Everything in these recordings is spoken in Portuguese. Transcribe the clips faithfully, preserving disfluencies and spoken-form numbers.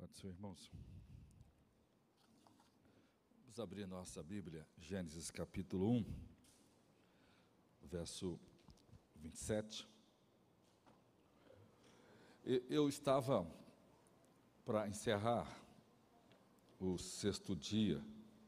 Pode ser, irmãos. Vamos abrir nossa Bíblia, Gênesis capítulo um, verso vinte e sete. Eu estava para encerrar o sexto dia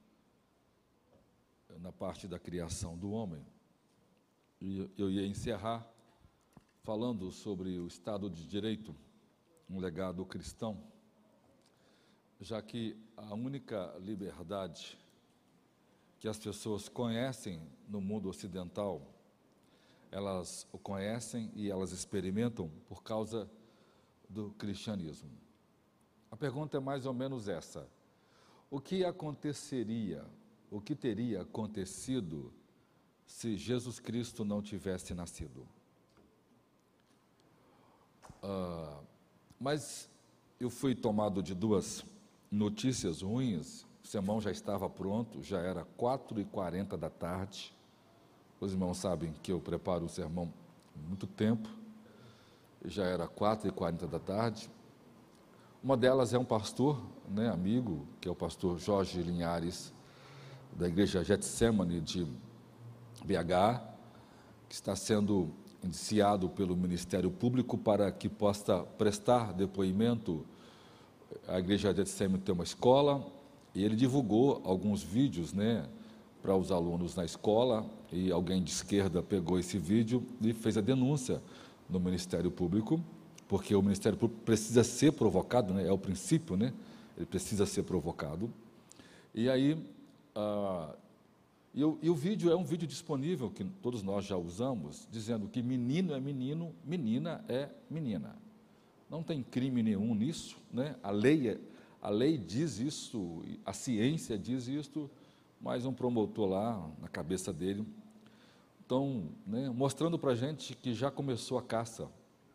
na parte da criação do homem, e eu ia encerrar falando sobre o Estado de Direito, um legado cristão, já que a única liberdade que as pessoas conhecem no mundo ocidental, elas o conhecem e elas experimentam por causa do cristianismo. A pergunta é mais ou menos essa: o que aconteceria, o que teria acontecido se Jesus Cristo não tivesse nascido? Ah, mas eu fui tomado de duas notícias ruins. O sermão já estava pronto, já era quatro e quarenta da tarde. Os irmãos sabem que eu preparo o sermão há muito tempo. Já era quatro e quarenta da tarde. Uma delas é um pastor, né, amigo, que é o pastor Jorge Linhares, da igreja Getsemane de B H, que está sendo indiciado pelo Ministério Público para que possa prestar depoimento. A igreja Getsemane tem uma escola e ele divulgou alguns vídeos, né, para os alunos na escola, e alguém de esquerda pegou esse vídeo e fez a denúncia no Ministério Público, porque o Ministério Público precisa ser provocado, né, é o princípio, né, ele precisa ser provocado. E aí, ah, e, o, e o vídeo é um vídeo disponível, que todos nós já usamos, dizendo que menino é menino, menina é menina. Não tem crime nenhum nisso, né? A lei, a lei diz isso, a ciência diz isso, mas um promotor lá, na cabeça dele, então, né, mostrando para a gente que já começou a caça.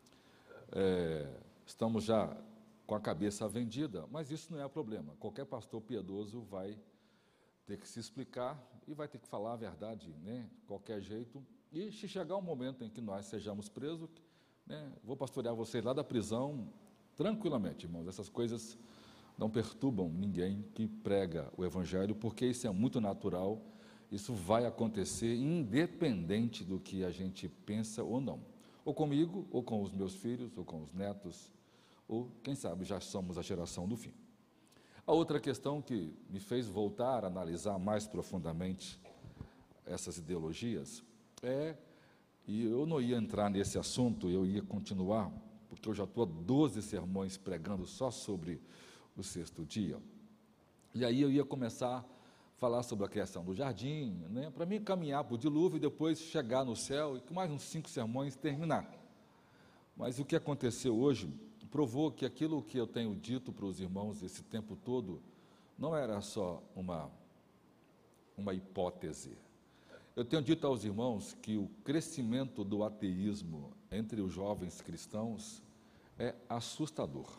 É, estamos já com a cabeça vendida, mas isso não é problema. Qualquer pastor piedoso vai ter que se explicar e vai ter que falar a verdade, né, de qualquer jeito. E se chegar um momento em que nós sejamos presos, né, vou pastorear vocês lá da prisão tranquilamente, irmãos. Essas coisas não perturbam ninguém que prega o Evangelho, porque isso é muito natural, isso vai acontecer independente do que a gente pensa ou não. Ou comigo, ou com os meus filhos, ou com os netos, ou, quem sabe, já somos a geração do fim. A outra questão que me fez voltar a analisar mais profundamente essas ideologias é, e eu não ia entrar nesse assunto, eu ia continuar, porque eu já estou há doze sermões pregando só sobre o sexto dia. E aí eu ia começar a falar sobre a criação do jardim, né, para mim caminhar para o dilúvio e depois chegar no céu e com mais uns cinco sermões terminar. Mas o que aconteceu hoje provou que aquilo que eu tenho dito para os irmãos esse tempo todo não era só uma, uma hipótese. Eu tenho dito aos irmãos que o crescimento do ateísmo entre os jovens cristãos é assustador.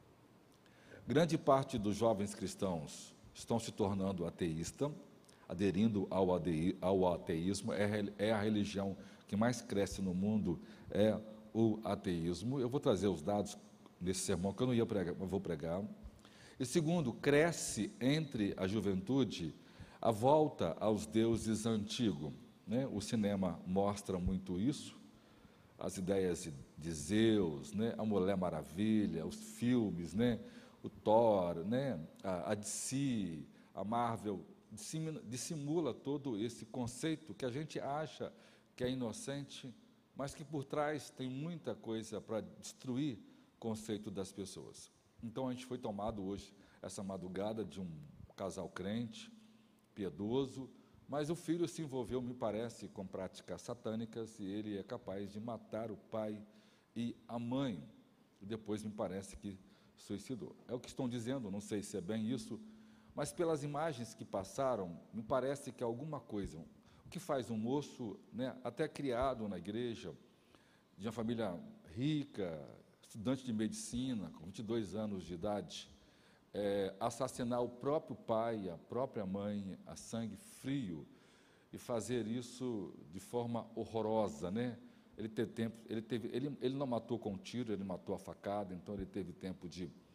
Grande parte dos jovens cristãos estão se tornando ateístas, aderindo ao, ade, ao ateísmo, é, é a religião que mais cresce no mundo, é o ateísmo. Eu vou trazer os dados nesse sermão, que eu não ia pregar, mas vou pregar. E segundo, cresce entre a juventude a volta aos deuses antigos, né? O cinema mostra muito isso, as ideias de Zeus, né? A Mulher Maravilha, os filmes, né? O Thor, né? a, a D C, a Marvel, dissimula, dissimula todo esse conceito que a gente acha que é inocente, mas que por trás tem muita coisa para destruir o conceito das pessoas. Então a gente foi tomado hoje, essa madrugada, de um casal crente, piedoso, mas o filho se envolveu, me parece, com práticas satânicas, e ele é capaz de matar o pai e a mãe, e depois me parece que suicidou. É o que estão dizendo, não sei se é bem isso, mas pelas imagens que passaram, me parece que alguma coisa. O que faz um moço, né, até criado na igreja, de uma família rica, estudante de medicina, com vinte e dois anos de idade, é, assassinar o próprio pai, a própria mãe, a sangue frio, e fazer isso de forma horrorosa, né? Ele teve tempo, ele teve, ele, ele não matou com tiro, ele matou a facada, então ele teve tempo de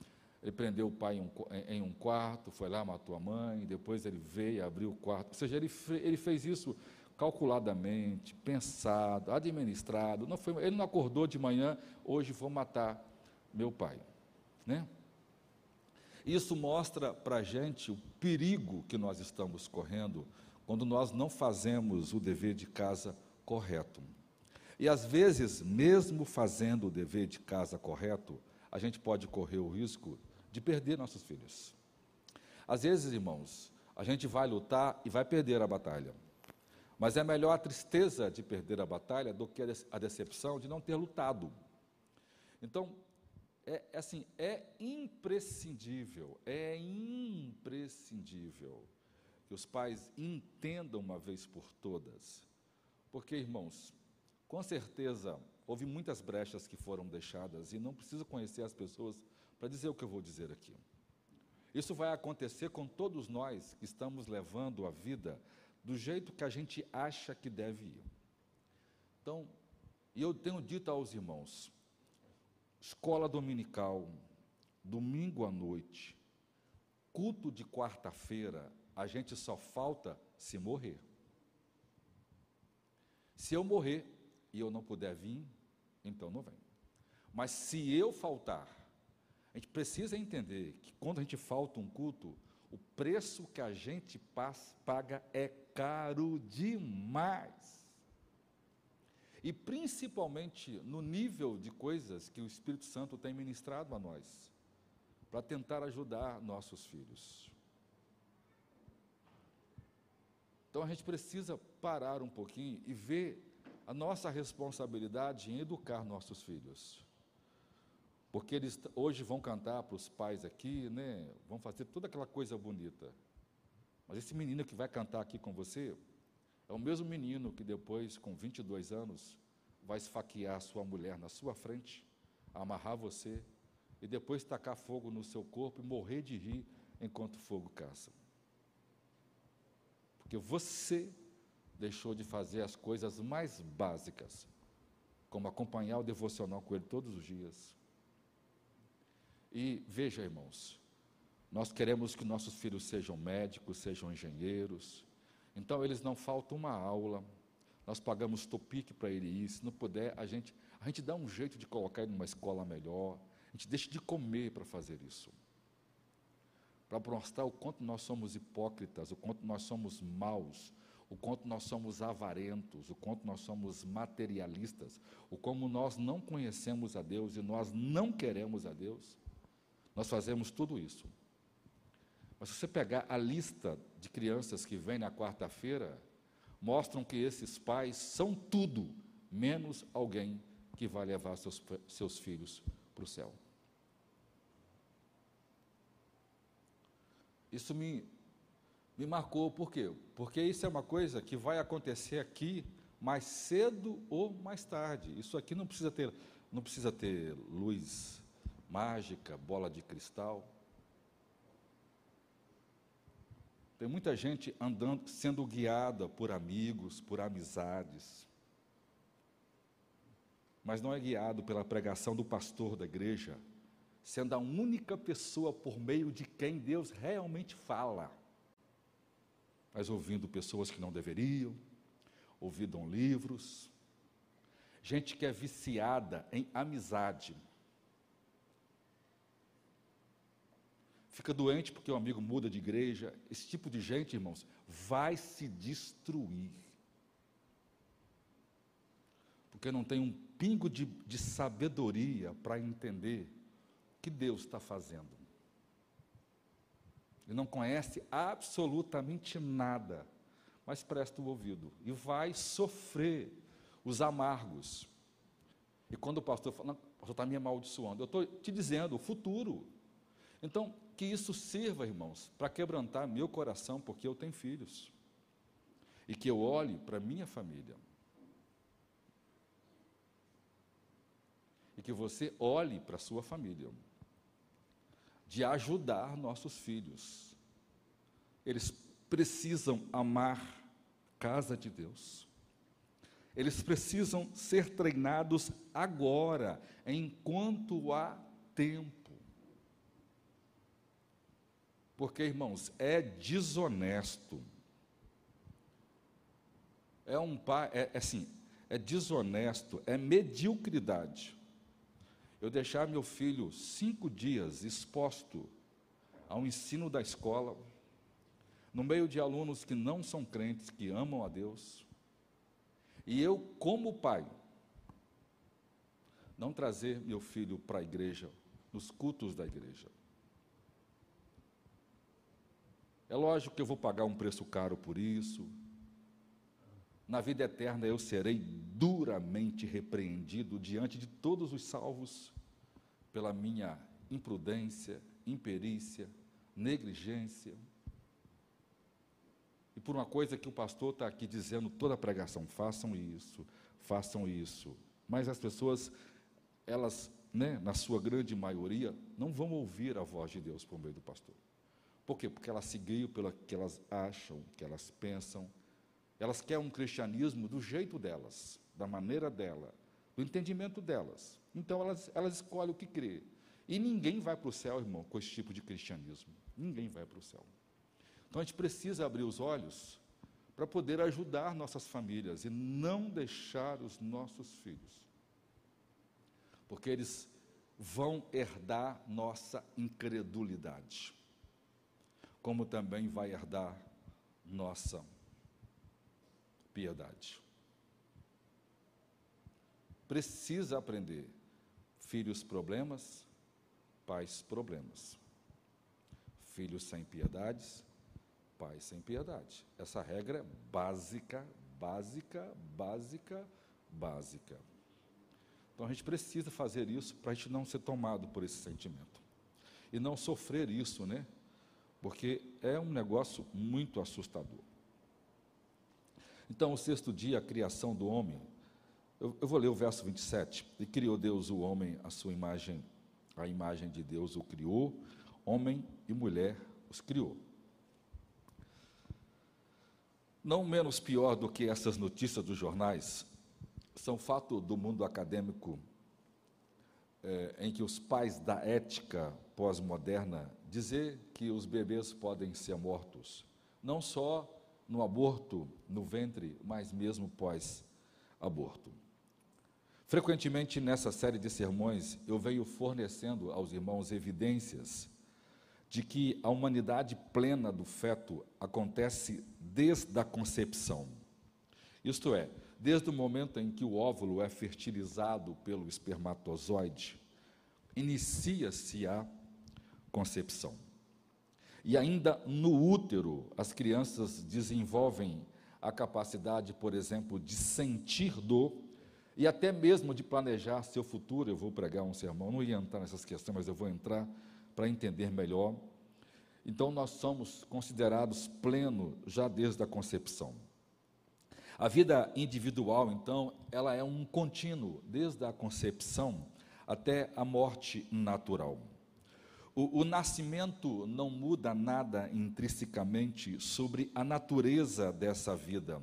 Ele prendeu o pai em um, em um quarto, foi lá, matou a mãe, depois ele veio, abriu o quarto. Ou seja, ele, ele fez isso calculadamente, pensado, administrado. Não foi, ele não acordou de manhã, hoje vou matar meu pai. Né? Isso mostra para a gente o perigo que nós estamos correndo quando nós não fazemos o dever de casa correto. E às vezes, mesmo fazendo o dever de casa correto, a gente pode correr o risco de perder nossos filhos. Às vezes, irmãos, a gente vai lutar e vai perder a batalha. Mas é melhor a tristeza de perder a batalha do que a decepção de não ter lutado. Então, é, é assim, é imprescindível, é imprescindível que os pais entendam uma vez por todas. Porque, irmãos, com certeza, houve muitas brechas que foram deixadas e não preciso conhecer as pessoas para dizer o que eu vou dizer aqui. Isso vai acontecer com todos nós que estamos levando a vida do jeito que a gente acha que deve ir. Então, e eu tenho dito aos irmãos, escola dominical, domingo à noite, culto de quarta-feira, a gente só falta se morrer. Se eu morrer e eu não puder vir, então não vem. Mas se eu faltar, a gente precisa entender que quando a gente falta um culto, o preço que a gente paga é caro demais. E principalmente no nível de coisas que o Espírito Santo tem ministrado a nós, para tentar ajudar nossos filhos. Então a gente precisa parar um pouquinho e ver a nossa responsabilidade em educar nossos filhos. Porque eles hoje vão cantar para os pais aqui, né? Vão fazer toda aquela coisa bonita. Mas esse menino que vai cantar aqui com você, é o mesmo menino que depois, com vinte e dois anos, vai esfaquear sua mulher na sua frente, amarrar você, e depois tacar fogo no seu corpo e morrer de rir enquanto o fogo caça. Porque você deixou de fazer as coisas mais básicas, como acompanhar o devocional com ele todos os dias. E veja, irmãos, nós queremos que nossos filhos sejam médicos, sejam engenheiros, então eles não faltam uma aula, nós pagamos topique para ele ir, se não puder, a gente, a gente dá um jeito de colocar ele numa escola melhor, a gente deixa de comer para fazer isso, para mostrar o quanto nós somos hipócritas, o quanto nós somos maus, o quanto nós somos avarentos, o quanto nós somos materialistas, o como nós não conhecemos a Deus e nós não queremos a Deus. Nós fazemos tudo isso. Mas se você pegar a lista de crianças que vêm na quarta-feira, mostram que esses pais são tudo, menos alguém que vai levar seus, seus filhos para o céu. Isso me, me marcou, por quê? Porque isso é uma coisa que vai acontecer aqui mais cedo ou mais tarde. Isso aqui não precisa ter, não precisa ter luz mágica, bola de cristal. Tem muita gente andando, sendo guiada por amigos, por amizades, mas não é guiado pela pregação do pastor da igreja, sendo a única pessoa por meio de quem Deus realmente fala, mas ouvindo pessoas que não deveriam, ouvindo livros, gente que é viciada em amizade, fica doente porque o amigo muda de igreja. Esse tipo de gente, irmãos, vai se destruir. Porque não tem um pingo de, de sabedoria para entender o que Deus está fazendo. Ele não conhece absolutamente nada, mas presta o ouvido e vai sofrer os amargos. E quando o pastor fala, não, o pastor está me amaldiçoando, eu estou te dizendo o futuro. Então, que isso sirva, irmãos, para quebrantar meu coração, porque eu tenho filhos, e que eu olhe para minha família, e que você olhe para a sua família, de ajudar nossos filhos. Eles precisam amar a casa de Deus, eles precisam ser treinados agora, enquanto há tempo. Porque, irmãos, é desonesto. É um pai, é, é assim, é desonesto, é mediocridade. Eu deixar meu filho cinco dias exposto ao ensino da escola, no meio de alunos que não são crentes, que amam a Deus, e eu, como pai, não trazer meu filho para a igreja, nos cultos da igreja. É lógico que eu vou pagar um preço caro por isso. Na vida eterna eu serei duramente repreendido diante de todos os salvos pela minha imprudência, imperícia, negligência. E por uma coisa que o pastor está aqui dizendo toda a pregação, façam isso, façam isso. Mas as pessoas, elas, né, na sua grande maioria, não vão ouvir a voz de Deus por meio do pastor. Por quê? Porque elas se guiam pelo que elas acham, que elas pensam. Elas querem um cristianismo do jeito delas, da maneira dela, do entendimento delas. Então, elas, elas escolhem o que crer. E ninguém vai para o céu, irmão, com esse tipo de cristianismo. Ninguém vai para o céu. Então, a gente precisa abrir os olhos para poder ajudar nossas famílias e não deixar os nossos filhos. Porque eles vão herdar nossa incredulidade, como também vai herdar nossa piedade. Precisa aprender. Filhos problemas, pais problemas. Filhos sem piedades, pais sem piedade. Essa regra é básica, básica, básica, básica. Então a gente precisa fazer isso para a gente não ser tomado por esse sentimento. E não sofrer isso, né? Porque é um negócio muito assustador. Então, o sexto dia, a criação do homem, eu, eu vou ler o verso vinte e sete. E criou Deus o homem, a sua imagem, a imagem de Deus o criou, homem e mulher os criou. Não menos pior do que essas notícias dos jornais, são fato do mundo acadêmico, é, em que os pais da ética pós-moderna dizer que os bebês podem ser mortos, não só no aborto, no ventre, mas mesmo pós-aborto. Frequentemente, nessa série de sermões, eu venho fornecendo aos irmãos evidências de que a humanidade plena do feto acontece desde a concepção. Isto é, desde o momento em que o óvulo é fertilizado pelo espermatozoide, inicia-se a concepção. E ainda no útero, as crianças desenvolvem a capacidade, por exemplo, de sentir dor e até mesmo de planejar seu futuro. Eu vou pregar um sermão, não ia entrar nessas questões, mas eu vou entrar para entender melhor. Então, nós somos considerados plenos já desde a concepção. A vida individual, então, ela é um contínuo, desde a concepção até a morte natural. O, o nascimento não muda nada intrinsecamente sobre a natureza dessa vida,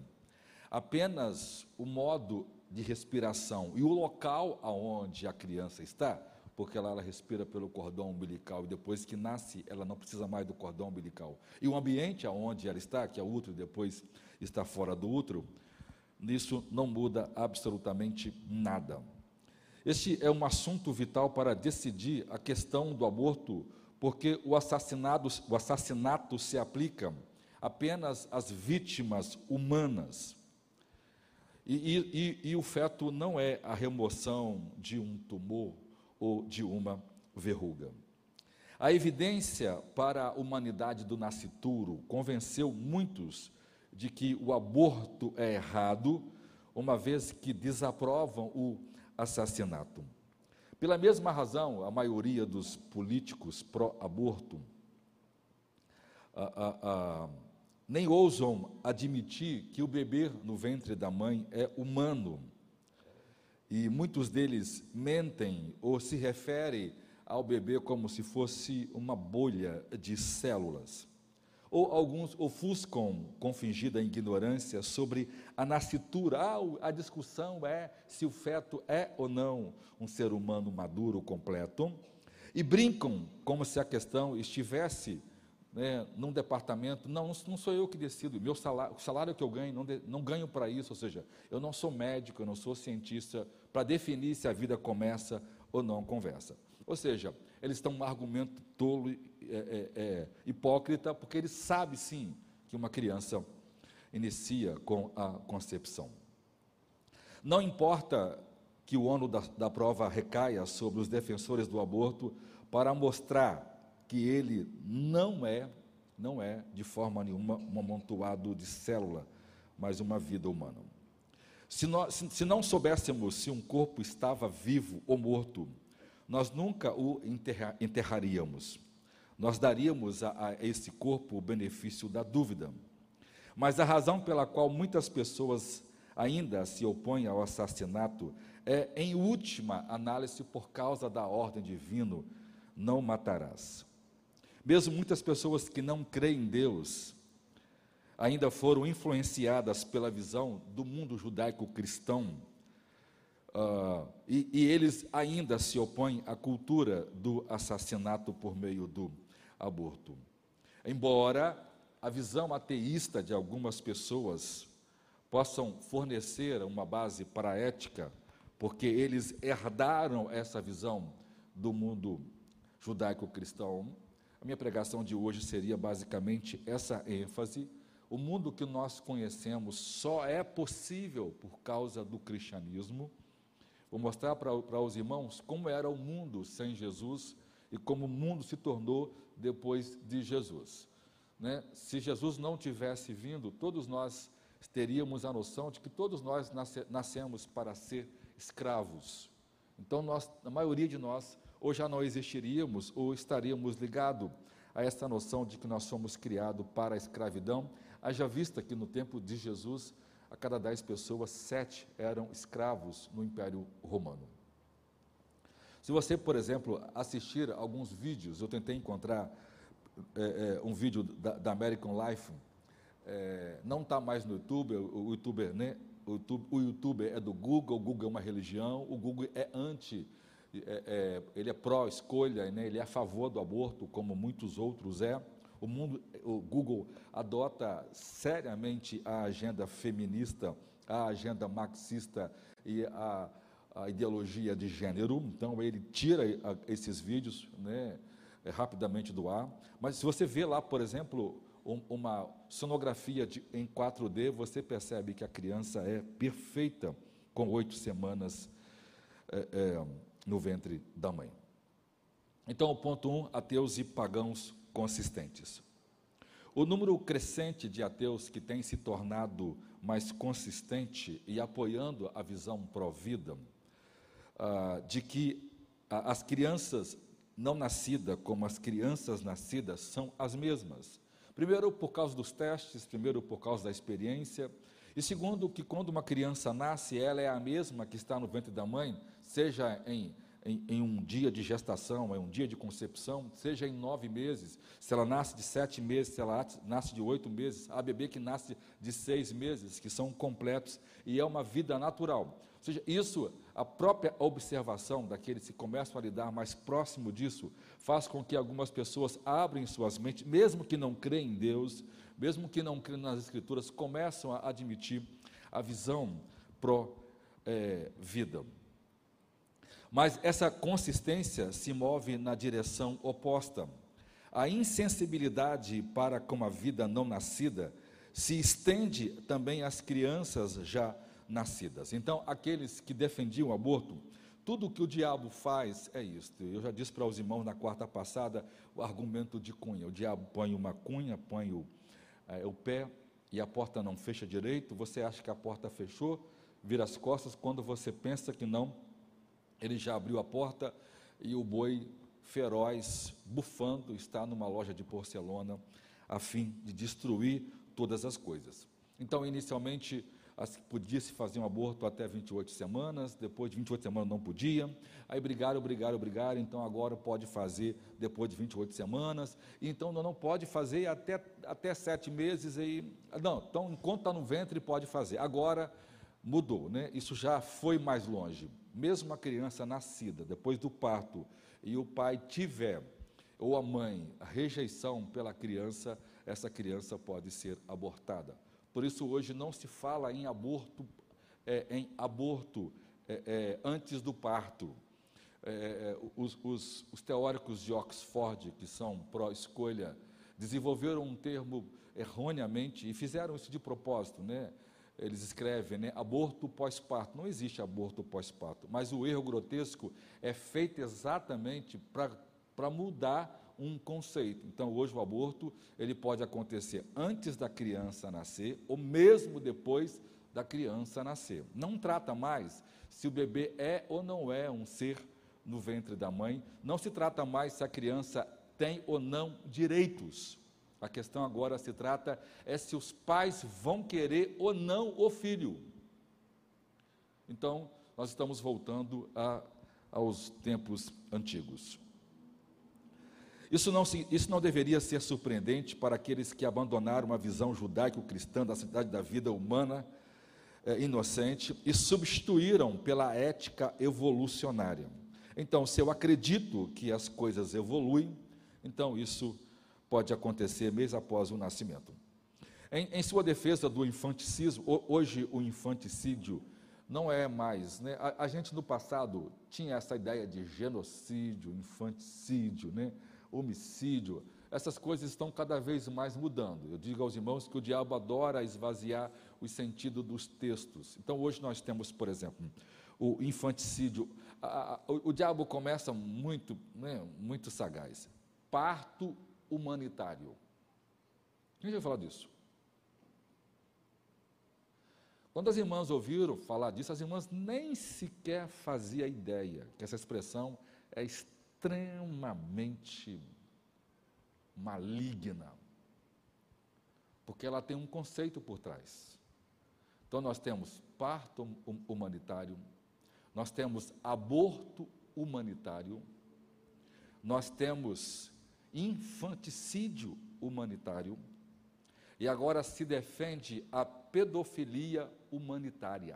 apenas o modo de respiração e o local aonde a criança está, porque ela, ela respira pelo cordão umbilical e depois que nasce, ela não precisa mais do cordão umbilical. E o ambiente aonde ela está, que é o útero, depois está fora do útero, nisso não muda absolutamente nada. Este é um assunto vital para decidir a questão do aborto, porque o assassinato, o assassinato se aplica apenas às vítimas humanas. E, e, e, e o feto não é a remoção de um tumor ou de uma verruga. A evidência para a humanidade do nascituro convenceu muitos de que o aborto é errado, uma vez que desaprovam o assassinato. Pela mesma razão, a maioria dos políticos pró-aborto ah, ah, ah, nem ousam admitir que o bebê no ventre da mãe é humano. E muitos deles mentem ou se referem ao bebê como se fosse uma bolha de células. Ou alguns ofuscam com fingida ignorância sobre a nascitura. Ah, a discussão é se o feto é ou não um ser humano maduro completo, e brincam como se a questão estivesse né, num departamento. Não, não sou eu que decido. Meu salário, o salário que eu ganho, não, de, não ganho para isso. Ou seja, eu não sou médico, eu não sou cientista para definir se a vida começa ou não conversa. Ou seja, eles têm um argumento tolo, é, é, é, hipócrita, porque eles sabem sim que uma criança inicia com a concepção. Não importa que o ônus da, da prova recaia sobre os defensores do aborto para mostrar que ele não é, não é de forma nenhuma um amontoado de célula, mas uma vida humana. Se, nós, se, se não soubéssemos se um corpo estava vivo ou morto, nós nunca o enterra, enterraríamos. Nós daríamos a, a esse corpo o benefício da dúvida. Mas a razão pela qual muitas pessoas ainda se opõem ao assassinato é, em última análise, por causa da ordem divina, não matarás. Mesmo muitas pessoas que não creem em Deus, ainda foram influenciadas pela visão do mundo judaico-cristão, uh, e, e eles ainda se opõem à cultura do assassinato por meio do aborto. Embora a visão ateísta de algumas pessoas possam fornecer uma base para a ética, porque eles herdaram essa visão do mundo judaico-cristão, a minha pregação de hoje seria basicamente essa ênfase. O mundo que nós conhecemos só é possível por causa do cristianismo. Vou mostrar para, para os irmãos como era o mundo sem Jesus e como o mundo se tornou depois de Jesus. Né? Se Jesus não tivesse vindo, todos nós teríamos a noção de que todos nós nasce, nascemos para ser escravos. Então, nós, a maioria de nós, ou já não existiríamos, ou estaríamos ligados a essa noção de que nós somos criados para a escravidão, haja vista que no tempo de Jesus, a cada dez pessoas, sete eram escravos no Império Romano. Se você, por exemplo, assistir alguns vídeos, eu tentei encontrar é, é, um vídeo da, da American Life, é, não está mais no YouTube, o, o, YouTuber, né? o, YouTube, o YouTuber é do Google, o Google é uma religião, o Google é anti, é, é, ele é pró-escolha, né? Ele é a favor do aborto, como muitos outros é. O, mundo, o Google adota seriamente a agenda feminista, a agenda marxista e a, a ideologia de gênero. Então, ele tira esses vídeos, né, rapidamente do ar. Mas se você vê lá, por exemplo, um, uma sonografia de, em quatro D, você percebe que a criança é perfeita com oito semanas é, é, no ventre da mãe. Então, o ponto um, ateus e pagãos consistentes. O número crescente de ateus que tem se tornado mais consistente e apoiando a visão pró-vida, ah, de que ah, as crianças não nascidas como as crianças nascidas são as mesmas. Primeiro, por causa dos testes, primeiro, por causa da experiência, e segundo, que quando uma criança nasce, ela é a mesma que está no ventre da mãe, seja em Em, em um dia de gestação, em um dia de concepção, seja em nove meses, se ela nasce de sete meses, se ela nasce de oito meses, há bebê que nasce de seis meses, que são completos, e é uma vida natural. Ou seja, isso, a própria observação daqueles que começam a lidar mais próximo disso, faz com que algumas pessoas abrem suas mentes, mesmo que não creem em Deus, mesmo que não creem nas Escrituras, começam a admitir a visão pró-vida. Mas essa consistência se move na direção oposta. A insensibilidade para com a vida não nascida se estende também às crianças já nascidas. Então, aqueles que defendiam o aborto, tudo o que o diabo faz é isto. Eu já disse para os irmãos na quarta passada o argumento de cunha. O diabo põe uma cunha, põe o, é, o pé e a porta não fecha direito. Você acha que a porta fechou, vira as costas, quando você pensa que não, ele já abriu a porta e o boi feroz, bufando, está numa loja de porcelana, a fim de destruir todas as coisas. Então, inicialmente, podia-se fazer um aborto até vinte e oito semanas, depois de vinte e oito semanas não podia, aí brigaram, brigaram, brigaram, então agora pode fazer depois de vinte e oito semanas, então não, não pode fazer até, até sete meses, e, não, então enquanto está no ventre pode fazer. Agora mudou, né? Isso já foi mais longe. Mesmo a criança nascida, depois do parto, e o pai tiver ou a mãe, a rejeição pela criança, essa criança pode ser abortada. Por isso, hoje não se fala em aborto, é, em aborto é, é, antes do parto. É, os, os, os teóricos de Oxford, que são pró-escolha, desenvolveram um termo erroneamente e fizeram isso de propósito, né? Eles escrevem, né, aborto pós-parto. Não existe aborto pós-parto, mas o erro grotesco é feito exatamente para mudar um conceito. Então, hoje o aborto ele pode acontecer antes da criança nascer ou mesmo depois da criança nascer. Não trata mais se o bebê é ou não é um ser no ventre da mãe, não se trata mais se a criança tem ou não direitos. A questão agora se trata é se os pais vão querer ou não o filho. Então, nós estamos voltando a, aos tempos antigos. Isso não, se, isso não deveria ser surpreendente para aqueles que abandonaram uma visão judaico-cristã da cidade da vida humana é, inocente e substituíram pela ética evolucionária. Então, se eu acredito que as coisas evoluem, então isso pode acontecer mês após o nascimento. Em, em sua defesa do infanticídio, hoje o infanticídio não é mais, né? A, a gente no passado tinha essa ideia de genocídio, infanticídio, né? Homicídio. Essas coisas estão cada vez mais mudando. Eu digo aos irmãos que o diabo adora esvaziar o sentido dos textos. Então hoje nós temos, por exemplo, o infanticídio. A, a, o, o diabo começa muito, né, muito sagaz. Parto humanitário. Quem já ouviu falar disso? Quando as irmãs ouviram falar disso, as irmãs nem sequer faziam ideia que essa expressão é extremamente maligna, porque ela tem um conceito por trás. Então nós temos parto humanitário, nós temos aborto humanitário, nós temos infanticídio humanitário, e agora se defende a pedofilia humanitária.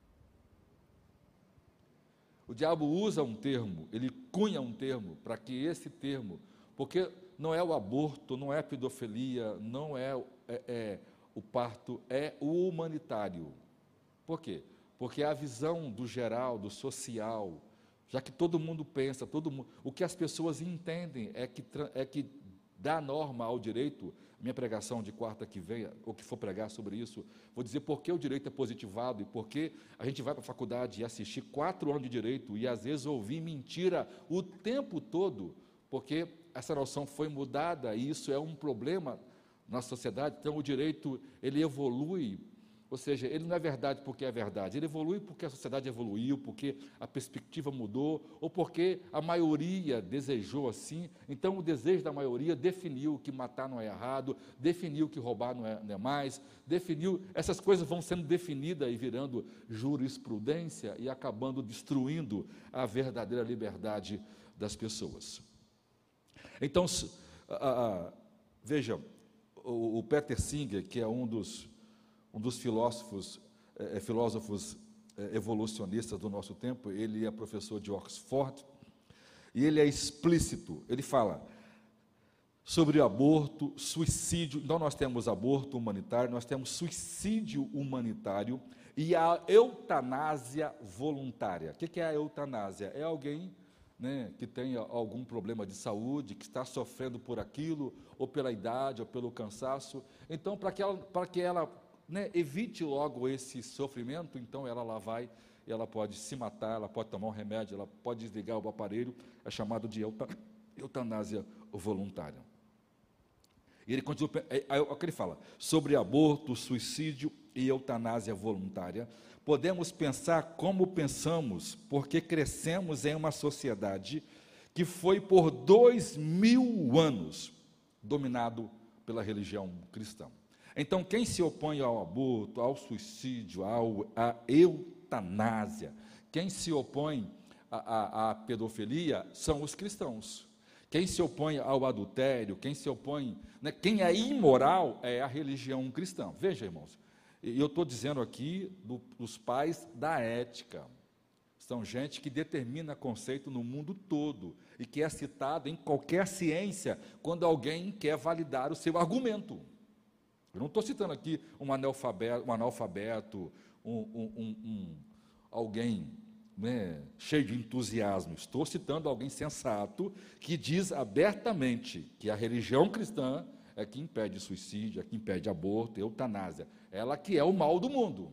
O diabo usa um termo, ele cunha um termo, para que esse termo, porque não é o aborto, não é a pedofilia, não é, é, é o parto, é o humanitário. Por quê? Porque a visão do geral, do social, já que todo mundo pensa, todo mundo, o que as pessoas entendem é que, é que dá norma ao direito. Minha pregação de quarta que vem, ou que for pregar sobre isso, vou dizer por que o direito é positivado e por que a gente vai para a faculdade e assistir quatro anos de direito e às vezes ouvir mentira o tempo todo, porque essa noção foi mudada e isso é um problema na sociedade. Então o direito ele evolui. Ou seja, ele não é verdade porque é verdade, ele evolui porque a sociedade evoluiu, porque a perspectiva mudou, ou porque a maioria desejou assim. Então, o desejo da maioria definiu que matar não é errado, definiu que roubar não é, não é mais, definiu, essas coisas vão sendo definidas e virando jurisprudência e acabando destruindo a verdadeira liberdade das pessoas. Então, a, a, veja, o, o Peter Singer, que é um dos Um dos filósofos, é, filósofos é, evolucionistas do nosso tempo, ele é professor de Oxford, e ele é explícito, ele fala sobre aborto, suicídio. Então nós temos aborto humanitário, nós temos suicídio humanitário e a eutanásia voluntária. O que é a eutanásia? É alguém, né, que tem algum problema de saúde, que está sofrendo por aquilo, ou pela idade, ou pelo cansaço. Então, para que ela... Para que ela Né, evite logo esse sofrimento, então ela lá vai, ela pode se matar, ela pode tomar um remédio, ela pode desligar o aparelho, é chamado de eutanásia voluntária. E ele continua, é, é, é o que ele fala, sobre aborto, suicídio e eutanásia voluntária, podemos pensar como pensamos, porque crescemos em uma sociedade que foi por dois mil anos dominado pela religião cristã. Então, quem se opõe ao aborto, ao suicídio, ao, à eutanásia, quem se opõe à, à, à pedofilia, são os cristãos. Quem se opõe ao adultério, quem se opõe... Né, quem é imoral é a religião cristã. Veja, irmãos, e eu estou dizendo aqui do, dos pais da ética. São gente que determina conceito no mundo todo. e que é citado em qualquer ciência quando alguém quer validar o seu argumento. Eu não estou citando aqui um analfabeto, um, analfabeto, um, um, um, um alguém, né, cheio de entusiasmo. Estou citando alguém sensato que diz abertamente que a religião cristã é que impede suicídio, é que impede aborto, eutanásia. Ela que é o mal do mundo.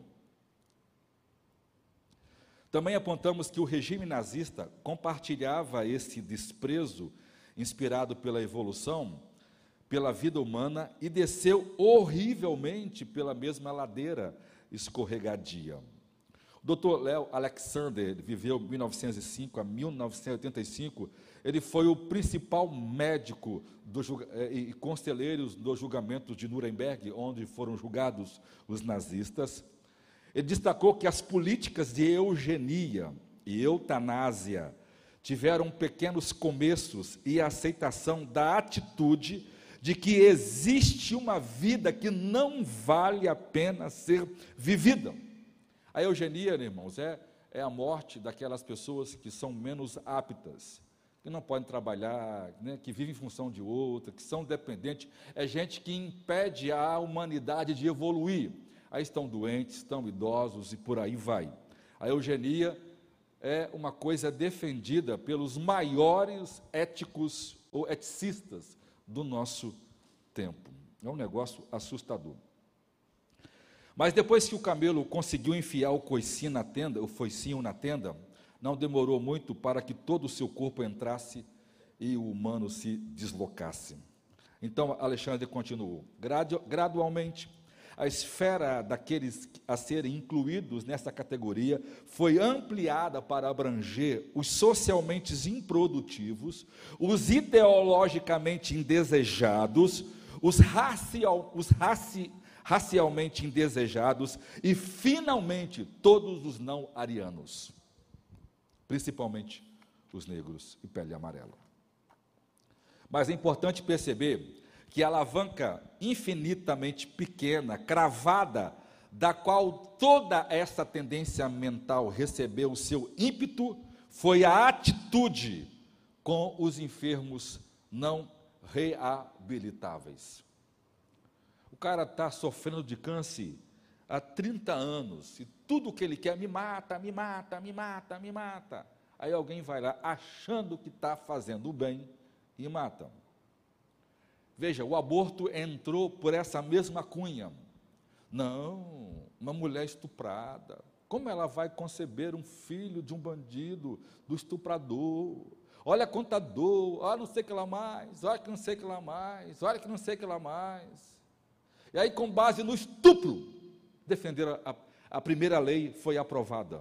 Também apontamos que o regime nazista compartilhava esse desprezo inspirado pela evolução, pela vida humana, e desceu horrivelmente pela mesma ladeira escorregadia. O doutor Leo Alexander viveu de mil novecentos e cinco a mil novecentos e oitenta e cinco. Ele foi o principal médico do, e conselheiro do julgamento de Nuremberg, onde foram julgados os nazistas. Ele destacou que as políticas de eugenia e eutanásia tiveram pequenos começos e a aceitação da atitude de que existe uma vida que não vale a pena ser vivida. A eugenia, irmãos, é, é a morte daquelas pessoas que são menos aptas, que não podem trabalhar, né, que vivem em função de outra, que são dependentes. É gente que impede a humanidade de evoluir. Aí estão doentes, estão idosos e por aí vai. A eugenia é uma coisa defendida pelos maiores éticos ou eticistas do nosso tempo. É um negócio assustador. Mas depois que o camelo conseguiu enfiar o coicinho na tenda, o foicinho na tenda, não demorou muito para que todo o seu corpo entrasse e o humano se deslocasse. Então Alexandre continuou: Gradu- gradualmente, a esfera daqueles a serem incluídos nessa categoria foi ampliada para abranger os socialmente improdutivos, os ideologicamente indesejados, os, racial, os raci, racialmente indesejados e, finalmente, todos os não arianos, principalmente os negros e pele amarela. Mas é importante perceber que a alavanca infinitamente pequena, cravada, da qual toda essa tendência mental recebeu o seu ímpeto, foi a atitude com os enfermos não reabilitáveis. O cara está sofrendo de câncer há trinta anos, e tudo que ele quer, me mata, me mata, me mata, me mata. Aí alguém vai lá, achando que está fazendo o bem, e mata. Veja, o aborto entrou por essa mesma cunha. Não, uma mulher estuprada, como ela vai conceber um filho de um bandido, do estuprador? Olha quanta dor, olha não sei o que lá mais, olha que não sei o que lá mais, olha que não sei o que lá mais. E aí, com base no estupro, defenderam a, a primeira lei, foi aprovada.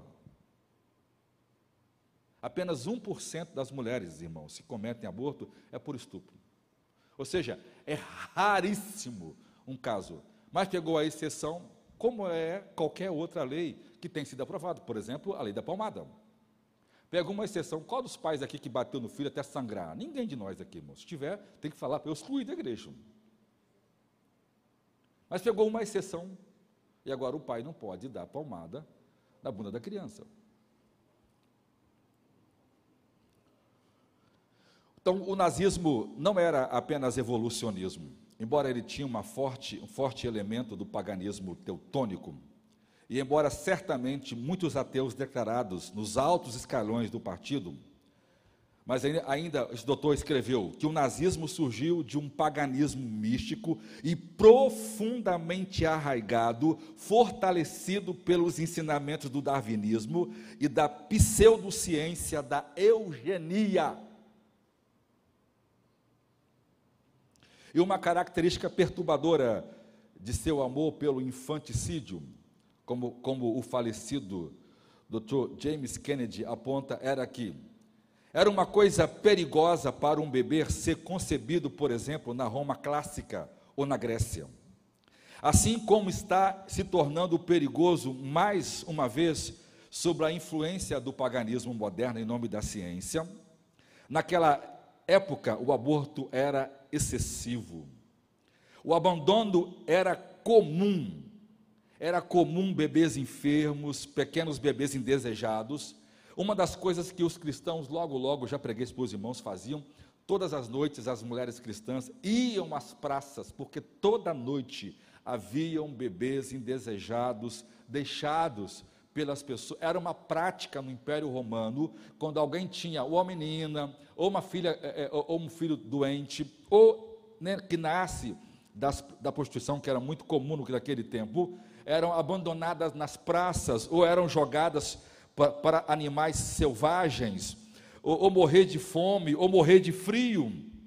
Apenas um por cento das mulheres, irmãos, se cometem aborto, é por estupro. Ou seja, é raríssimo um caso, mas pegou a exceção, como é qualquer outra lei que tem sido aprovada, por exemplo, a lei da palmada. Pega uma exceção, qual dos pais aqui que bateu no filho até sangrar? Ninguém de nós aqui, irmão. Se tiver, tem que falar para eu excluir da igreja. Mas pegou uma exceção, e agora o pai não pode dar palmada na bunda da criança. Então, o nazismo não era apenas evolucionismo, embora ele tinha uma forte, um forte elemento do paganismo teutônico, e embora certamente muitos ateus declarados nos altos escalões do partido, mas ainda, ainda esse doutor escreveu que o nazismo surgiu de um paganismo místico e profundamente arraigado, fortalecido pelos ensinamentos do darwinismo e da pseudociência da eugenia. E uma característica perturbadora de seu amor pelo infanticídio, como, como o falecido doutor James Kennedy aponta, era que era uma coisa perigosa para um bebê ser concebido, por exemplo, na Roma clássica ou na Grécia. Assim como está se tornando perigoso, mais uma vez, sob a influência do paganismo moderno em nome da ciência, naquela época o aborto era excessivo. O abandono era comum. Era comum bebês enfermos, pequenos bebês indesejados. Uma das coisas que os cristãos, logo, logo, já preguei para os irmãos, faziam, todas as noites as mulheres cristãs iam às praças, porque toda noite haviam bebês indesejados, deixados pelas pessoas. Era uma prática no Império Romano, quando alguém tinha ou uma menina, ou uma filha, ou um filho doente, ou né, que nasce das, da prostituição, que era muito comum naquele tempo, eram abandonadas nas praças, ou eram jogadas para, para animais selvagens, ou, ou morrer de fome, ou morrer de frio,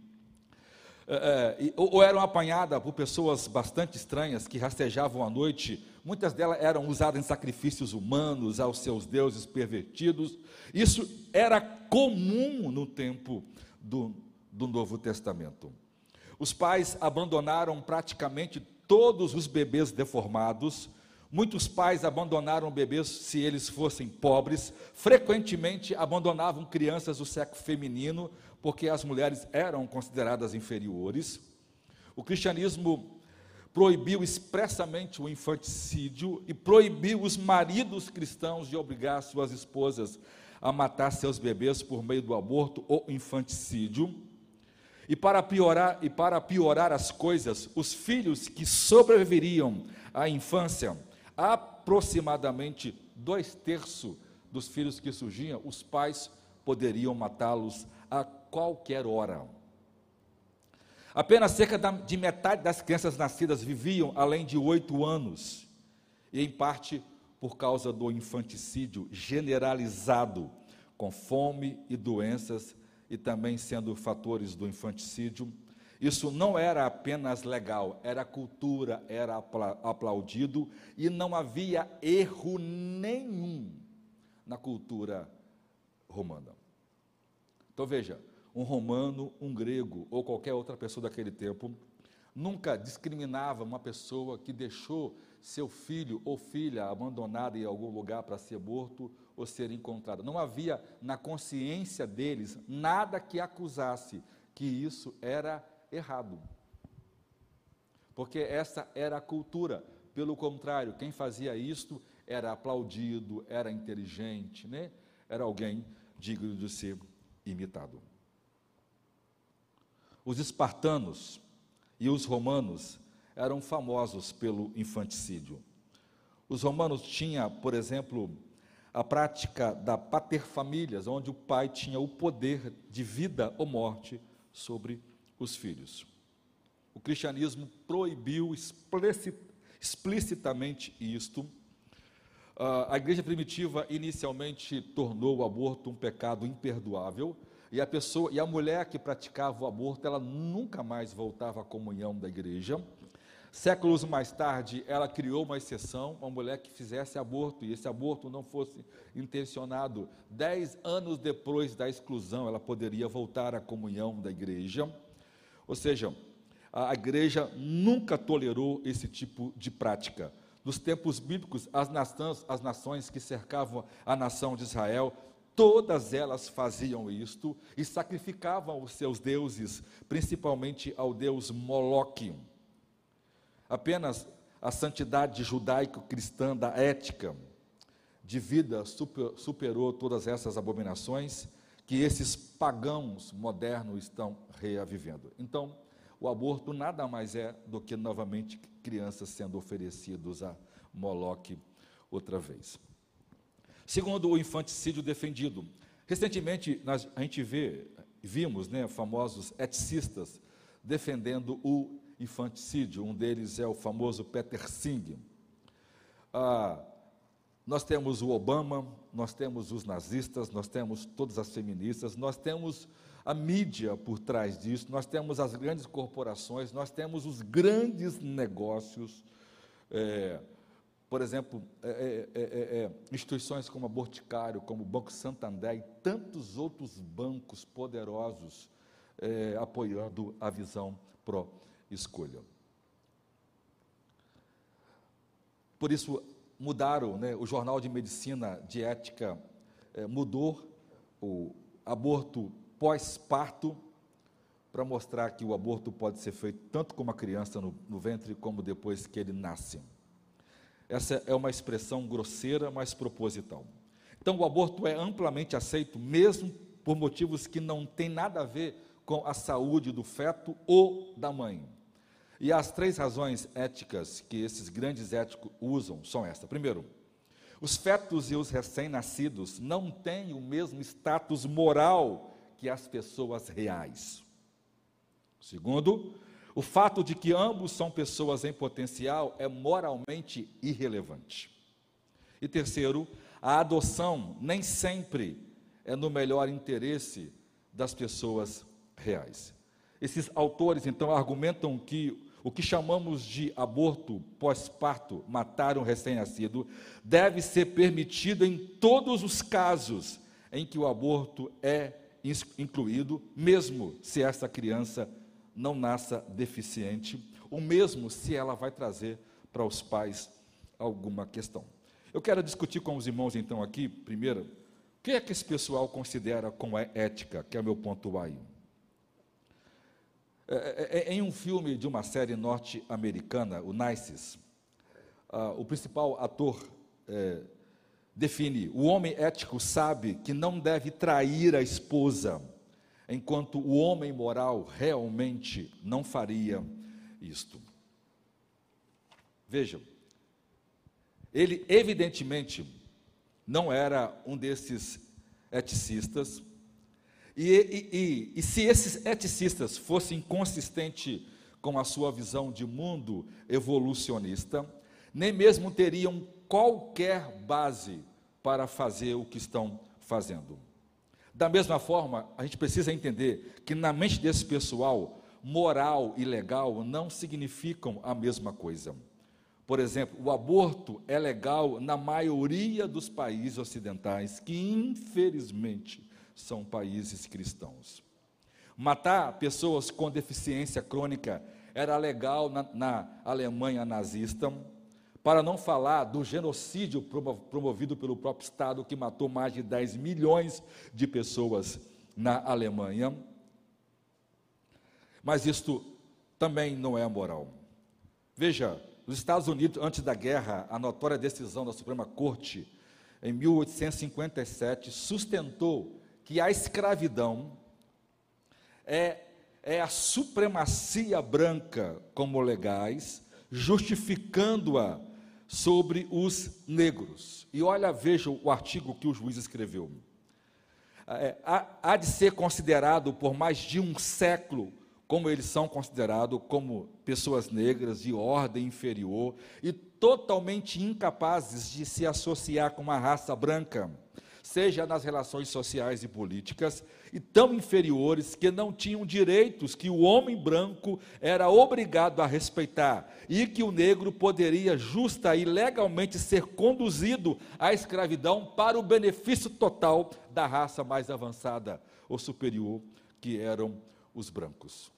é, ou, ou eram apanhadas por pessoas bastante estranhas, que rastejavam à noite. Muitas delas eram usadas em sacrifícios humanos aos seus deuses pervertidos. Isso era comum no tempo do, do Novo Testamento. Os pais abandonaram praticamente todos os bebês deformados. Muitos pais abandonaram bebês se eles fossem pobres. Frequentemente abandonavam crianças do sexo feminino, porque as mulheres eram consideradas inferiores. O cristianismo proibiu expressamente o infanticídio e proibiu os maridos cristãos de obrigar suas esposas a matar seus bebês por meio do aborto ou infanticídio. E para piorar, e para piorar as coisas, os filhos que sobreviveriam à infância, aproximadamente dois terços dos filhos que surgiam, os pais poderiam matá-los a qualquer hora. Apenas cerca de metade das crianças nascidas viviam além de oito anos, e em parte por causa do infanticídio generalizado, com fome e doenças, e também sendo fatores do infanticídio. Isso não era apenas legal, era cultura, era aplaudido, e não havia erro nenhum na cultura romana. Então veja, um romano, um grego ou qualquer outra pessoa daquele tempo nunca discriminava uma pessoa que deixou seu filho ou filha abandonada em algum lugar para ser morto ou ser encontrada. Não havia na consciência deles nada que acusasse que isso era errado, porque essa era a cultura. Pelo contrário, quem fazia isto era aplaudido, era inteligente, né? Era alguém digno de ser imitado. Os espartanos e os romanos eram famosos pelo infanticídio. Os romanos tinham, por exemplo, a prática da paterfamílias, onde o pai tinha o poder de vida ou morte sobre os filhos. O cristianismo proibiu explicitamente isto. A igreja primitiva inicialmente tornou o aborto um pecado imperdoável, e a pessoa, e a mulher que praticava o aborto, ela nunca mais voltava à comunhão da igreja. Séculos mais tarde, ela criou uma exceção, uma mulher que fizesse aborto, e esse aborto não fosse intencionado. Dez anos depois da exclusão, ela poderia voltar à comunhão da igreja. Ou seja, a igreja nunca tolerou esse tipo de prática. Nos tempos bíblicos, as nações, as nações que cercavam a nação de Israel, todas elas faziam isto e sacrificavam os seus deuses, principalmente ao deus Moloque. Apenas a santidade judaico-cristã da ética de vida super, superou todas essas abominações que esses pagãos modernos estão reavivendo. Então, o aborto nada mais é do que, novamente, crianças sendo oferecidos a Moloque outra vez. Segundo o infanticídio defendido, recentemente nós, a gente vê, vimos, né, famosos eticistas defendendo o infanticídio. Um deles é o famoso Peter Singh. Ah, nós temos o Obama, nós temos os nazistas, nós temos todas as feministas, nós temos a mídia por trás disso, nós temos as grandes corporações, nós temos os grandes negócios, é, por exemplo, é, é, é, é, instituições como a Boticário, como o Banco Santander e tantos outros bancos poderosos é, apoiando a visão pró-escolha. Por isso, mudaram, né, o Jornal de Medicina de Ética é, mudou o aborto pós-parto para mostrar que o aborto pode ser feito tanto com uma criança no, no ventre como depois que ele nasce. Essa é uma expressão grosseira, mas proposital. Então, o aborto é amplamente aceito, mesmo por motivos que não têm nada a ver com a saúde do feto ou da mãe. E as três razões éticas que esses grandes éticos usam são estas. Primeiro, os fetos e os recém-nascidos não têm o mesmo status moral que as pessoas reais. Segundo, o fato de que ambos são pessoas em potencial é moralmente irrelevante. E terceiro, a adoção nem sempre é no melhor interesse das pessoas reais. Esses autores, então, argumentam que o que chamamos de aborto pós-parto, matar um recém-nascido, deve ser permitido em todos os casos em que o aborto é incluído, mesmo se essa criança não nasça deficiente, ou mesmo se ela vai trazer para os pais alguma questão. Eu quero discutir com os irmãos, então, aqui, primeiro, o que é que esse pessoal considera como ética, que é o meu ponto aí. É, é, é, em um filme de uma série norte-americana, o Nices, ah, o principal ator é, define: o homem ético sabe que não deve trair a esposa, enquanto o homem moral realmente não faria isto. Vejam, ele evidentemente não era um desses eticistas, e, e, e, e se esses eticistas fossem consistentes com a sua visão de mundo evolucionista, nem mesmo teriam qualquer base para fazer o que estão fazendo. Da mesma forma, a gente precisa entender que na mente desse pessoal, moral e legal não significam a mesma coisa. Por exemplo, o aborto é legal na maioria dos países ocidentais, que infelizmente são países cristãos. Matar pessoas com deficiência crônica era legal na, na Alemanha nazista, para não falar do genocídio promovido pelo próprio Estado, que matou mais de dez milhões de pessoas na Alemanha. Mas isto também não é moral. Veja, os Estados Unidos, antes da guerra, a notória decisão da Suprema Corte, em mil oitocentos e cinquenta e sete, sustentou que a escravidão é, é a supremacia branca como legais, justificando-a sobre os negros. E olha, veja o artigo que o juiz escreveu. É, há, há de ser considerado por mais de um século como eles são considerados como pessoas negras de ordem inferior e totalmente incapazes de se associar com uma raça branca, seja nas relações sociais e políticas, e tão inferiores que não tinham direitos que o homem branco era obrigado a respeitar, e que o negro poderia justa e legalmente ser conduzido à escravidão para o benefício total da raça mais avançada ou superior, que eram os brancos.